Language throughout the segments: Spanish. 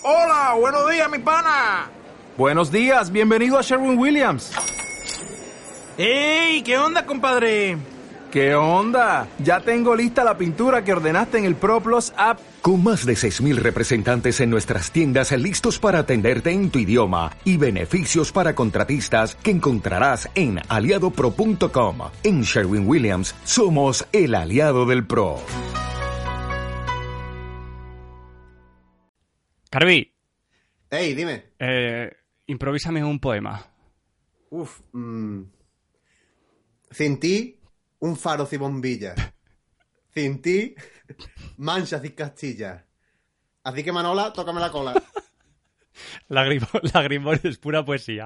Hola, buenos días, mi pana. Buenos días, bienvenido a Sherwin-Williams. ¡Ey! ¿Qué onda, compadre? ¿Qué onda? Ya tengo lista la pintura que ordenaste en el ProPlus app. Con más de 6,000 representantes en nuestras tiendas listos para atenderte en tu idioma y beneficios para contratistas que encontrarás en aliadopro.com. En Sherwin-Williams somos el aliado del pro. Carvi. Hey, dime. Improvísame un poema. Sin ti, un faro y bombilla. Sin ti, manchas y castillas. Así que, Manola, tócame la cola. Lagrimón es pura poesía.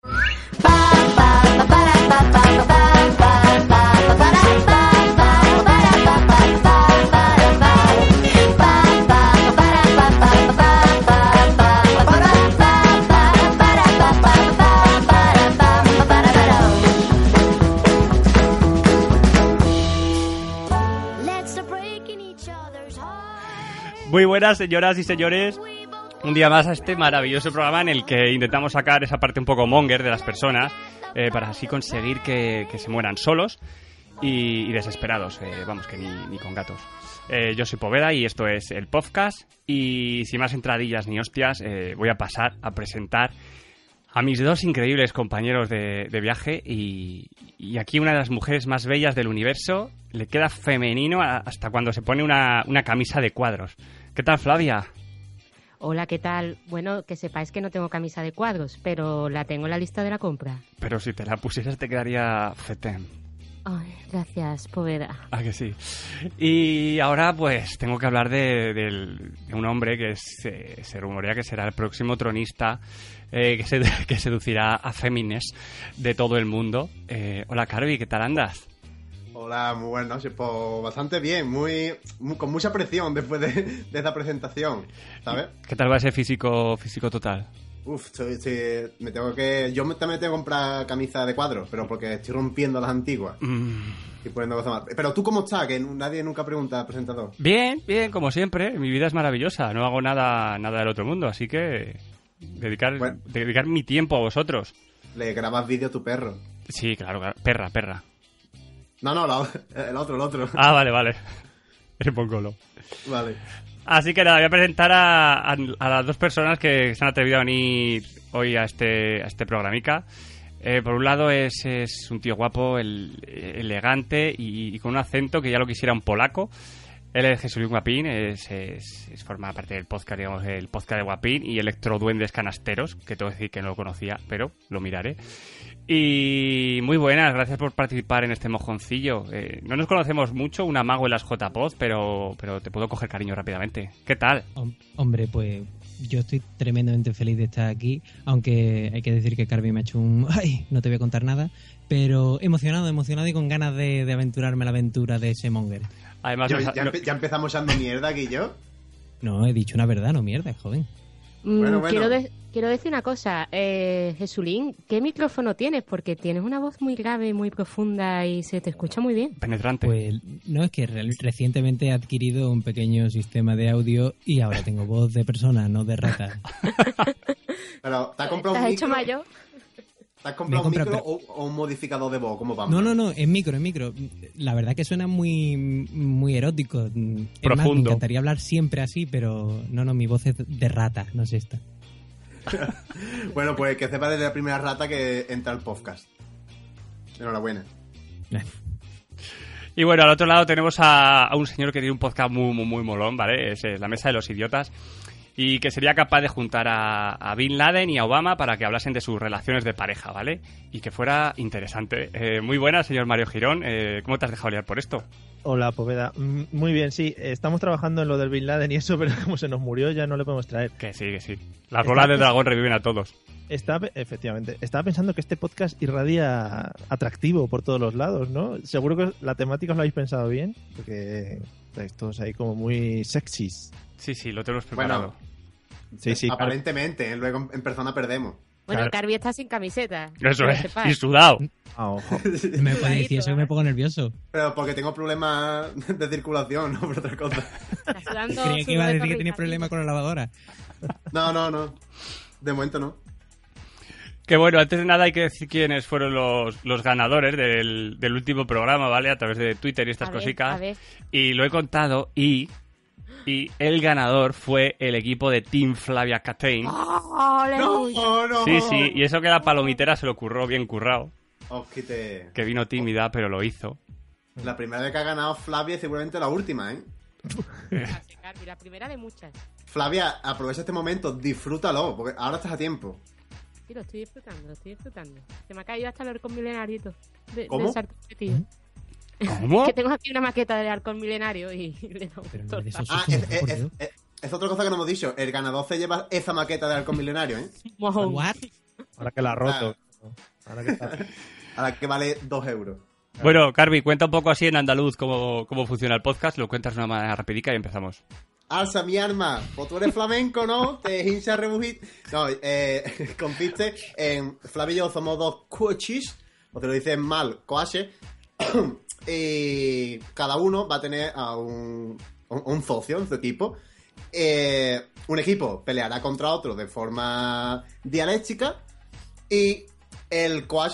Muy buenas, señoras y señores. Un día más a este maravilloso programa en el que intentamos sacar esa parte un poco monger de las personas para así conseguir que se mueran solos y desesperados. Vamos, que ni con gatos. Yo soy Poveda y esto es el podcast. Y sin más entradillas ni hostias, voy a pasar a presentar a mis dos increíbles compañeros de viaje. Y aquí una de las mujeres más bellas del universo. Le queda femenino hasta cuando se pone una camisa de cuadros. ¿Qué tal, Flavia? Hola, ¿qué tal? Bueno, que sepáis que no tengo camisa de cuadros, pero la tengo en la lista de la compra. Pero si te la pusieras te quedaría fetén. Ay, gracias, Poveda. Ah, que sí. Y ahora pues tengo que hablar de un hombre que se rumorea que será el próximo tronista que seducirá a fémines de todo el mundo. Hola, Carvi, ¿qué tal andas? Hola, muy buenas noches. Pues bastante bien, muy con mucha presión después de esa presentación, ¿sabes? ¿Qué tal va ese físico total? Yo también tengo que comprar camisa de cuadros, pero porque estoy rompiendo las antiguas. Y poniendo cosas más. Pero tú, ¿cómo estás? Que nadie nunca pregunta al presentador. Bien, como siempre. Mi vida es maravillosa. No hago nada del otro mundo, así que dedicar mi tiempo a vosotros. Le grabas vídeo a tu perro. Sí, claro. Perra. No, el otro. Ah, vale. El pongolo. Vale. Así que nada, voy a presentar a las dos personas que se han atrevido a venir hoy a este programica. Por un lado es un tío guapo, elegante y con un acento que ya lo quisiera un polaco. Él es Jesús Guapín, forma parte del podcast, digamos, el podcast de Guapín y Electroduendes Canasteros, que tengo que decir que no lo conocía, pero lo miraré. Y muy buenas, gracias por participar en este mojoncillo. No nos conocemos mucho, un amago en las JPod, pero te puedo coger cariño rápidamente. ¿Qué tal? Hombre, pues yo estoy tremendamente feliz de estar aquí, aunque hay que decir que Carvi me ha hecho ¡ay! No te voy a contar nada, pero emocionado y con ganas de aventurarme a la aventura de ese monger. Además, ya empezamos echando mierda aquí yo. No, he dicho una verdad, no mierda, joven. Bueno. Quiero decir una cosa, Jesulín, ¿qué micrófono tienes? Porque tienes una voz muy grave, muy profunda y se te escucha muy bien. Penetrante. Pues no, es que recientemente he adquirido un pequeño sistema de audio y ahora tengo voz de persona, no de rata. Pero, ¿te has comprado un ¿Te has micro? hecho mayor? ¿Te has comprado un micro o un modificador de voz? ¿Cómo vamos? No, es micro. La verdad que suena muy erótico. Profundo. Es más, me encantaría hablar siempre así, pero no, mi voz es de rata, no es esta. Bueno, pues que sepa desde la primera rata que entra al podcast. Enhorabuena. Y bueno, al otro lado tenemos a un señor que tiene un podcast muy molón, ¿vale? Es La Mesa de los Idiotas. Y que sería capaz de juntar a Bin Laden y a Obama para que hablasen de sus relaciones de pareja, ¿vale? Y que fuera interesante. Muy buena, señor Mario Girón. ¿Cómo te has dejado liar por esto? Hola, Poveda. Muy bien, sí. Estamos trabajando en lo del Bin Laden y eso, pero como se nos murió ya no le podemos traer. Que sí. Las bolas de dragón reviven a todos. Efectivamente. Estaba pensando que este podcast irradia atractivo por todos los lados, ¿no? Seguro que la temática os la habéis pensado bien, porque estáis todos ahí como muy sexys. Sí, lo tenemos preparado. Bueno, sí, aparentemente, luego en persona perdemos. Bueno, Carby está sin camiseta. Eso que es, lo sepáis. y sudado. Ojo. No me puede decir eso, que me pongo nervioso. Pero porque tengo problemas de circulación, no por otra cosa. Está sudando Creía que iba a sudor de decir que tienes torrijas. problemas con la lavadora. No. De momento no. Que bueno, antes de nada hay que decir quiénes fueron los ganadores del último programa, ¿vale? A través de Twitter y estas A ver, cositas. a ver. Y lo he contado y el ganador fue el equipo de Team Flavia Catane. ¡Oh, aleluya! No. Sí, y eso que la palomitera se lo curró bien currado. Os quité. Que vino tímida, pero lo hizo. La primera vez que ha ganado Flavia y seguramente la última, ¿eh? Gracias, Carby, la primera de muchas. Flavia, aprovecha este momento, disfrútalo, porque ahora estás a tiempo. Sí, lo estoy disfrutando. Se me ha caído hasta el halcón milenario y todo. ¿Cómo? De salto de tío. ¿Cómo? Que tengo aquí una maqueta del halcón milenario y le da un Pero no tortazo. de esos Ah, hijos, por Dios. es otra cosa que no hemos dicho. El ganador se lleva esa maqueta de halcón milenario, ¿eh? Mojón. What? Ahora que la ha roto. Ahora que está... A la que vale 2 euros. Bueno, Carby, cuenta un poco así en andaluz cómo funciona el podcast. Lo cuentas de una manera rapidica y empezamos. Alza mi arma, pues tú eres flamenco, ¿no? Te hincha rebujit. No, consiste en... Flavio y yo somos dos coaches, o te lo dicen mal, coaches. Y cada uno va a tener a un socio en su equipo. Un equipo peleará contra otro de forma dialéctica y el coach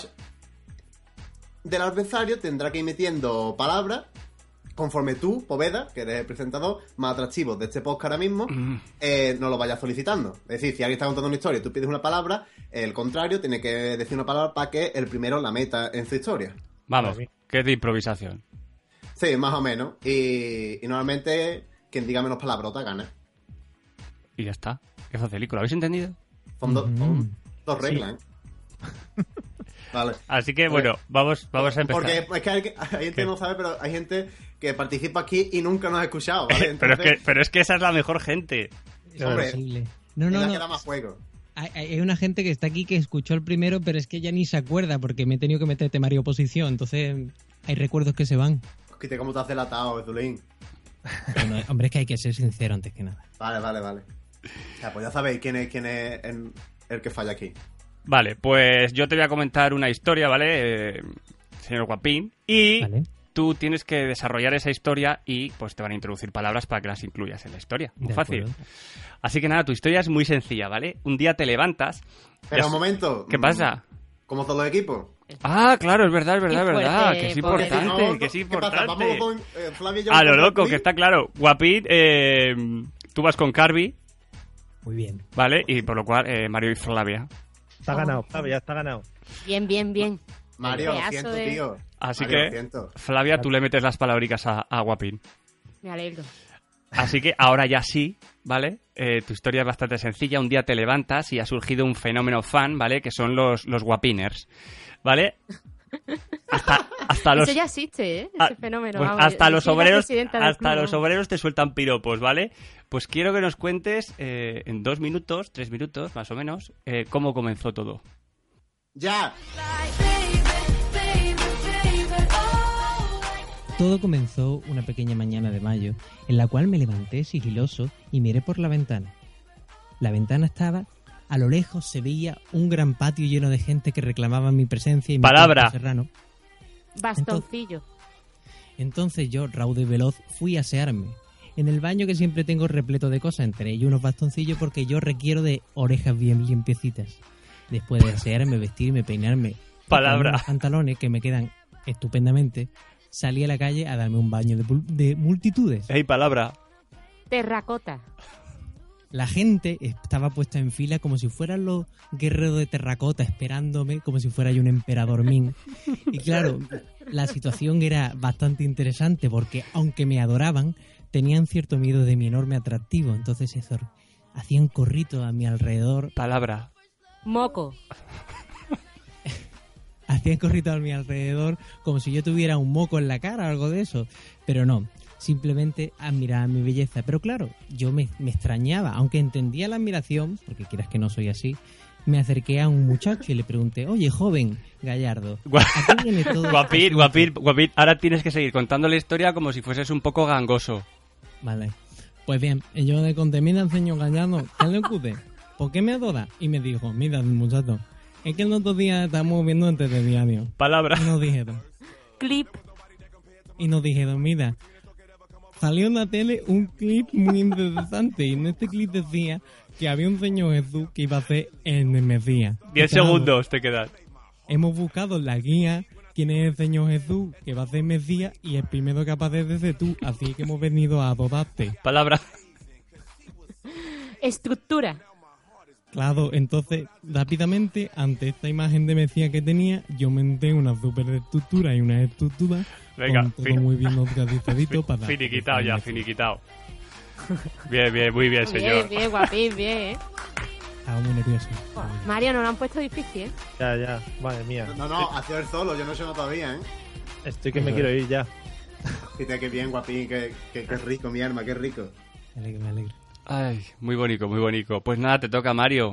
del adversario tendrá que ir metiendo palabras conforme tú, Poveda, que eres el presentador más atractivo de este podcast ahora mismo, no lo vayas solicitando. Es decir, si alguien está contando una historia y tú pides una palabra, el contrario tiene que decir una palabra para que el primero la meta en su historia. Vamos, que es de improvisación. Sí, más o menos. Y normalmente quien diga menos palabrotas gana. Y ya está. Qué facilico. ¿Lo habéis entendido? Son dos reglas, ¿eh? Vale. Así que, bueno, vamos a empezar. Porque es que hay gente que no sabe, pero hay gente que participa aquí y nunca nos ha escuchado, ¿vale? pero es que esa es la mejor gente. Es Hombre, imposible. es No. la que da más juego. Hay una gente que está aquí que escuchó el primero, pero es que ya ni se acuerda porque me he tenido que meter temario oposición. Entonces hay recuerdos que se van. Quite cómo te has delatado, Zulín. Bueno, hombre, es que hay que ser sincero antes que nada. Vale. O sea, pues ya sabéis quién es el que falla aquí. Vale, pues yo te voy a comentar una historia, ¿vale? Señor Guapín. Y Vale. tú tienes que desarrollar esa historia y pues te van a introducir palabras para que las incluyas en la historia. Muy De fácil. acuerdo. Así que nada, tu historia es muy sencilla, ¿vale? Un día te levantas... Pero ya- un momento. ¿Qué pasa? ¿Cómo son los equipos? Ah, claro, es verdad, Qué que es fuerte, importante, que es ¿Qué importante. pasa? Vamos con Flavio y yo A lo con loco, Zulín. que está claro. Guapín, tú vas con Carby, Muy bien. ¿vale? Y por lo cual, Mario y Flavia. Está ganado, Flavia, está ganado. Bien. Mario, lo Pedazo siento, de- tío. Así Mario, lo que, siento. Flavia, tú le metes las palabricas a Guapín. Me alegro. Así que ahora ya sí, ¿vale? Tu historia es bastante sencilla. Un día te levantas y ha surgido un fenómeno fan, ¿vale? Que son los guapiners, ¿vale? Hasta los... Eso ya existe, ¿eh? Ah, Ese fenómeno. pues vamos. hasta Yo los soy la obreros presidenta del club, los vamos. obreros te sueltan piropos, ¿vale? Pues quiero que nos cuentes en 2 minutos, 3 minutos más o menos, cómo comenzó todo. ¡Ya! Todo comenzó una pequeña mañana de mayo, en la cual me levanté sigiloso y miré por la ventana. La ventana estaba, a lo lejos se veía un gran patio lleno de gente que reclamaba mi presencia y mi Palabra. cuerpo serrano. Bastoncillo. Entonces yo, raudo y veloz, fui a asearme. En el baño que siempre tengo repleto de cosas, entre ellos unos bastoncillos porque yo requiero de orejas bien limpiecitas. Después de asearme, vestirme, peinarme, y Palabra. con unos pantalones que me quedan estupendamente, salí a la calle a darme un baño de multitudes. ¡Ey, palabra! Terracota. La gente estaba puesta en fila como si fueran los guerreros de terracota esperándome, como si fuera yo un emperador Ming. Y claro, la situación era bastante interesante porque aunque me adoraban, tenían cierto miedo de mi enorme atractivo. Entonces eso, hacían corritos a mi alrededor, Palabra. Moco. hacían corritos a mi alrededor como si yo tuviera un moco en la cara o algo de eso. Pero no, simplemente admiraban mi belleza. Pero claro, yo me extrañaba, aunque entendía la admiración, porque quieras que no soy así, me acerqué a un muchacho y le pregunté, oye, joven gallardo, ¿a qué viene todo este Guapín, asunto?". ahora tienes que seguir contando la historia como si fueses un poco gangoso. Vale. Pues bien, yo de contemina, señor gallardo, ¿qué le ocurre? ¿por qué me adoras? Y me dijo, mira, muchacho, es que el otro día estábamos viendo antes de diario. Palabra. Y nos dijeron, Clip. mira, salió en la tele un clip muy interesante y en este clip decía que había un señor Jesús que iba a ser el Mesías. 10 segundos te quedan. Hemos buscado en la guía quién es el Señor Jesús que va a ser Mesías y el primero que aparece es tú, así que hemos venido a adorarte. Palabra. Estructura. Claro, entonces, rápidamente, ante esta imagen de Mesías que tenía, yo monté una superestructura y una estructura Venga, con todo muy bien organizadito para... Finiquitado ya, finiquitado. Bien, muy bien, señor. Bien, guapín, bien, Estaba muy nervioso. Mario, nos lo han puesto difícil, ¿eh? Ya, madre mía. No, ha sido el solo, yo no sé todavía, ¿eh? Estoy que me quiero ir ya. Fíjate qué bien, guapín, qué rico, mi arma, qué rico. Me alegro. Ay, muy bonito, muy bonito. Pues nada, te toca, Mario.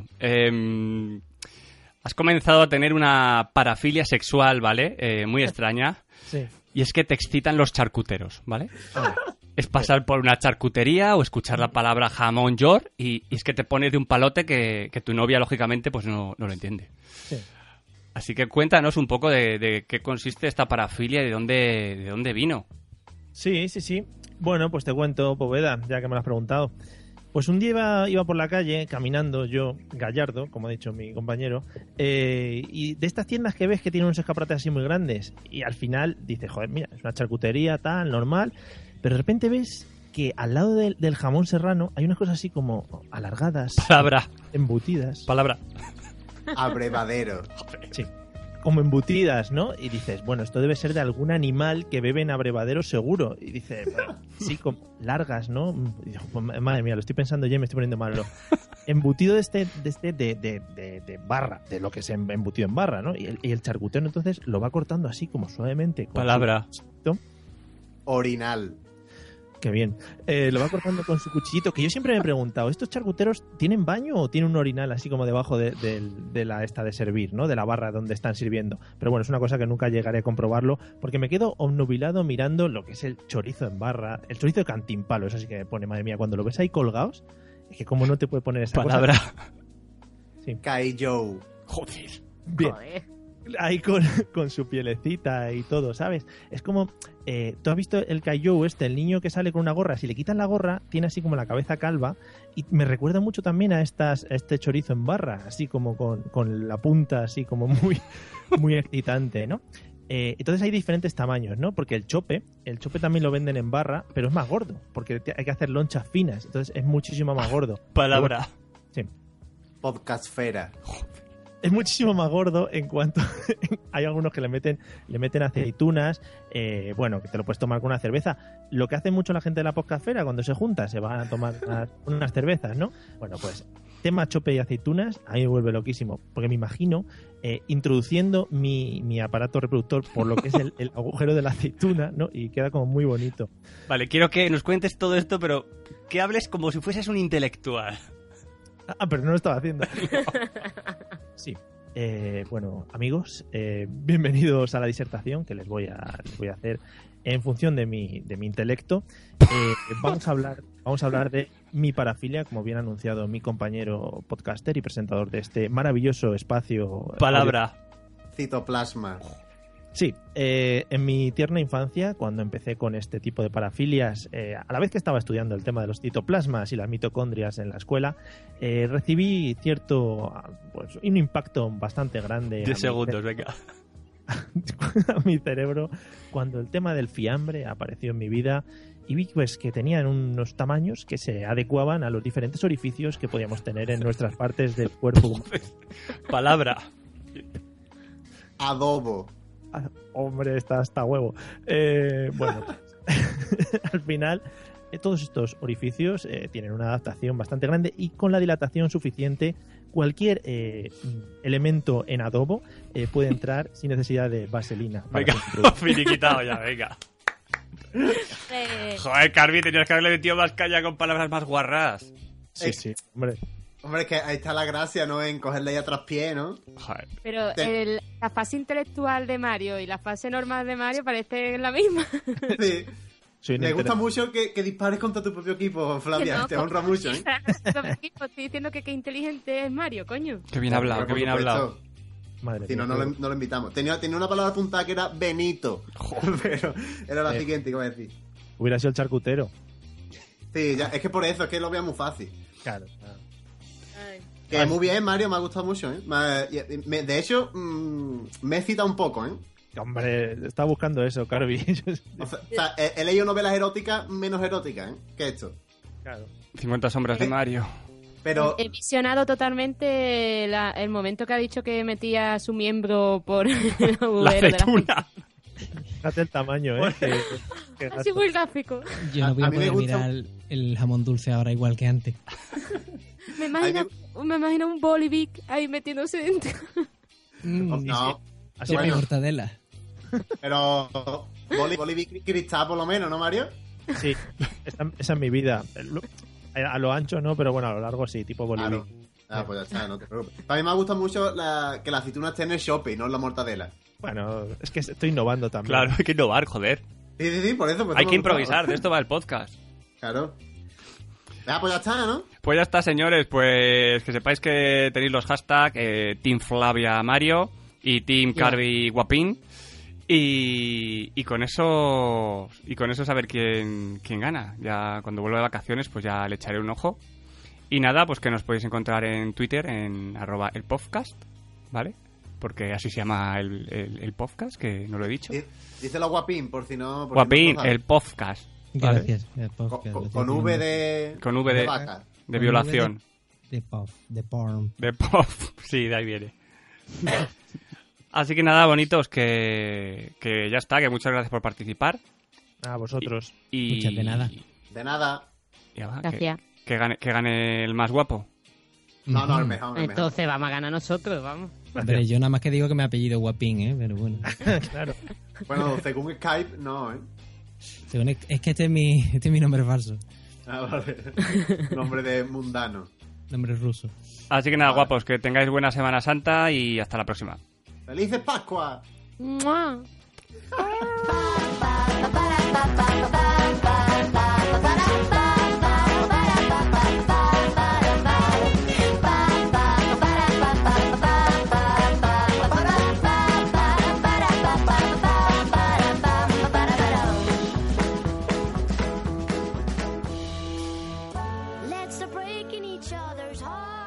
Has comenzado a tener una parafilia sexual, ¿vale? Muy extraña. Sí. Y es que te excitan los charcuteros, ¿vale? Es pasar por una charcutería o escuchar la palabra jamón york y es que te pones de un palote que tu novia, lógicamente, pues no lo entiende. Sí. Así que cuéntanos un poco de qué consiste esta parafilia y de dónde vino. Sí. Bueno, pues te cuento, Poveda, ya que me lo has preguntado. Pues un día iba por la calle caminando yo, Gallardo, como ha dicho mi compañero, y de estas tiendas que ves que tienen unos escaparates así muy grandes y al final dices, joder, mira, es una charcutería tal, normal, pero de repente ves que al lado del jamón serrano hay unas cosas así como alargadas, Palabra. embutidas. Palabra. Abrevadero. Sí, como embutidas, ¿no? Y dices, bueno, esto debe ser de algún animal que bebe en abrevadero seguro. Y dices, bueno, sí, como largas, ¿no? Y digo, pues, madre mía, lo estoy pensando ya y me estoy poniendo malo. Embutido de barra, de lo que es embutido en barra, ¿no? Y el charcutero entonces lo va cortando así como suavemente. Palabra. Orinal. Qué bien. Lo va cortando con su cuchillito, que yo siempre me he preguntado, ¿estos charcuteros tienen baño o tienen un orinal así como debajo de la esta de servir, ¿no? De la barra donde están sirviendo. Pero bueno, es una cosa que nunca llegaré a comprobarlo porque me quedo obnubilado mirando lo que es el chorizo en barra, el chorizo de cantimpalo, eso sí que me pone, madre mía, cuando lo ves ahí colgados, es que como no te puede poner esa Palabra. cosa. Sí. Kai Joe. Joder. Bien. Joder. Ahí con su pielecita y todo, ¿sabes? Es como, ¿tú has visto el Kaijou el niño que sale con una gorra? Si le quitan la gorra, tiene así como la cabeza calva y me recuerda mucho también a este chorizo en barra, así como con la punta así como muy excitante, ¿no? Entonces hay diferentes tamaños, ¿no? Porque el chope también lo venden en barra, pero es más gordo, porque hay que hacer lonchas finas, entonces es muchísimo más gordo. Palabra. Sí. Podcastfera. Es muchísimo más gordo en cuanto hay algunos que le meten aceitunas, bueno, que te lo puedes tomar con una cerveza. Lo que hace mucho la gente de la podcastfera cuando se junta, se van a tomar unas cervezas, ¿no? Bueno, pues tema chope y aceitunas a mí me vuelve loquísimo, porque me imagino introduciendo mi aparato reproductor por lo que es el agujero de la aceituna, ¿no? Y queda como muy bonito. Vale, quiero que nos cuentes todo esto, pero que hables como si fueses un intelectual. Ah, pero no lo estaba haciendo. Sí. Bueno, amigos, bienvenidos a la disertación que les voy a hacer en función de mi intelecto. Vamos a hablar de mi parafilia, como bien ha anunciado mi compañero podcaster y presentador de este maravilloso espacio. Palabra. Citoplasma. Sí, en mi tierna infancia, cuando empecé con este tipo de parafilias, a la vez que estaba estudiando el tema de los citoplasmas y las mitocondrias en la escuela, recibí un impacto bastante grande. 10 segundos, venga. A mi cerebro, cuando el tema del fiambre apareció en mi vida y vi pues que tenían unos tamaños que se adecuaban a los diferentes orificios que podíamos tener en nuestras partes del cuerpo humano. Palabra. Adobo. Hombre, está hasta huevo. Bueno, al final todos estos orificios tienen una adaptación bastante grande y con la dilatación suficiente cualquier elemento en adobo puede entrar sin necesidad de vaselina. Venga, finiquitado ya, venga. Joder, Carvi, tenías que haberle metido más caña con palabras más guarras. Sí, hombre. Hombre, es que ahí está la gracia, ¿no? En cogerle ahí a traspié, ¿no? Joder. Pero la fase intelectual de Mario y la fase normal de Mario parecen la misma. Sí. Me gusta mucho que dispares contra tu propio equipo, Flavia. No, te honra mucho, ¿eh? Estoy diciendo que qué inteligente es Mario, coño. Qué bien hablado, qué bien hablado. Madre mía, no lo invitamos. Tenía una palabra apuntada que era Benito. Pero era la siguiente que iba a decir. Hubiera sido el charcutero. Sí, ya, es que por eso, es que lo veo muy fácil. Claro. Que muy bien, Mario, me ha gustado mucho, ¿eh? De hecho, me he citado un poco, ¿eh? Hombre, estaba buscando eso, Carby. O sea, he leído novelas eróticas menos eróticas, ¿eh? Que esto. Claro. 50 sombras de Mario. Pero... He visionado totalmente el momento que ha dicho que metía su miembro por el agujero La de la aceituna. Fíjate el tamaño, ¿eh? Qué Así muy gráfico. Yo no voy A a mí me poder gusta- mirar el jamón dulce ahora igual que antes. Me imagino un bolivic ahí metiéndose dentro. No, Así Sopa y bueno. mortadela. pero... Boli cristal, por lo menos, ¿no, Mario? Sí, esa es mi vida. A lo ancho no, pero bueno, a lo largo sí, tipo Bolivia. Claro. Ah, pues ya está, no te preocupes. A mí me gusta mucho que la aceituna esté en el shopping, no en la mortadela. Bueno, es que estoy innovando también. Claro, hay que innovar, joder. Sí, por eso. Hay que improvisar, de esto va el podcast. Claro. Ya, pues ya está, ¿no? Pues ya está, señores, pues que sepáis que tenéis los hashtags Team Flavia Mario y Team Carby Guapín. Y con eso saber quién gana. Ya cuando vuelva de vacaciones, pues ya le echaré un ojo. Y nada, pues que nos podéis encontrar en Twitter en @elpodcast, ¿vale? Porque así se llama el podcast, que no lo he dicho. Díselo Guapín, por si no... Guapín, el podcast. ¿vale? Gracias. Con V de... Con V de vaca. de violación. De puff, de porn. De pop, sí, de ahí viene. Así que nada, bonitos, que ya está, que muchas gracias por participar. A vosotros. Y Muchas de nada. De nada. Ya va, Gracias. que gane el más guapo. No, el mejor. Entonces vamos a ganar nosotros, vamos. Hombre, yo nada más que digo que me apellido Guapín, ¿eh? Pero bueno. Claro. Bueno, según Skype, no, ¿eh? Es que este es mi nombre falso. Ah, vale. Nombre de mundano. Nombre ruso. Así que nada, guapos, que tengáis buena Semana Santa y hasta la próxima. ¡Felices Pascua! ¡Mua! Let's stop breaking each other's hearts.